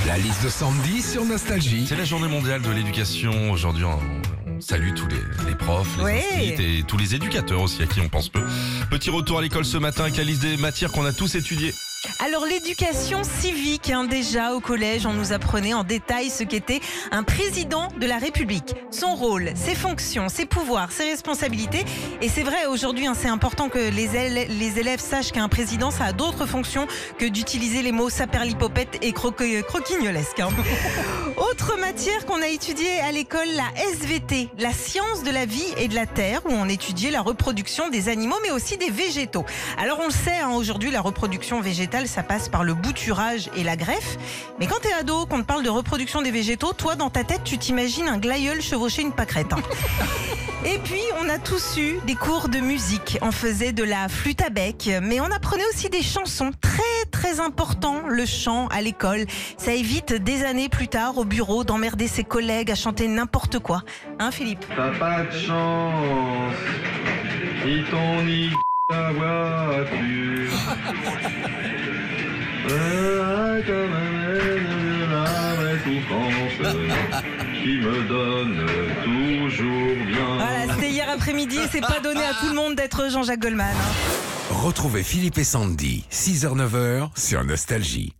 La liste de Sandy sur Nostalgie. C'est la journée mondiale de l'éducation. Aujourd'hui, on salue tous les profs, les inscrits et tous les éducateurs aussi à qui on pense peu. Petit retour à l'école ce matin avec la liste des matières qu'on a tous étudiées. Alors l'éducation civique, déjà au collège, on nous apprenait en détail ce qu'était un président de la République. Son rôle, ses fonctions, ses pouvoirs, ses responsabilités. Et c'est vrai, aujourd'hui, c'est important que les élèves sachent qu'un président, ça a d'autres fonctions que d'utiliser les mots saperlipopette et croquignolesque. Autre matière qu'on a étudiée à l'école, la SVT, la science de la vie et de la terre, où on étudiait la reproduction des animaux, mais aussi des végétaux. Alors on le sait, aujourd'hui, la reproduction végétale, ça passe par le bouturage et la greffe. Mais quand t'es ado, qu'on te parle de reproduction des végétaux, toi, dans ta tête, tu t'imagines un glaïeul chevaucher une pâquerette. Et puis, on a tous eu des cours de musique. On faisait de la flûte à bec, mais on apprenait aussi des chansons. Très important, le chant à l'école. Ça évite des années plus tard au bureau d'emmerder ses collègues à chanter n'importe quoi. Hein, Philippe? T'as pas de chance, ils t'ont niqué la voiture. Comme la souffrance qui me donne toujours bien. Voilà, c'était hier après-midi et c'est pas donné à tout le monde d'être Jean-Jacques Goldman. Retrouvez Philippe et Sandy, 6h-9h sur Nostalgie.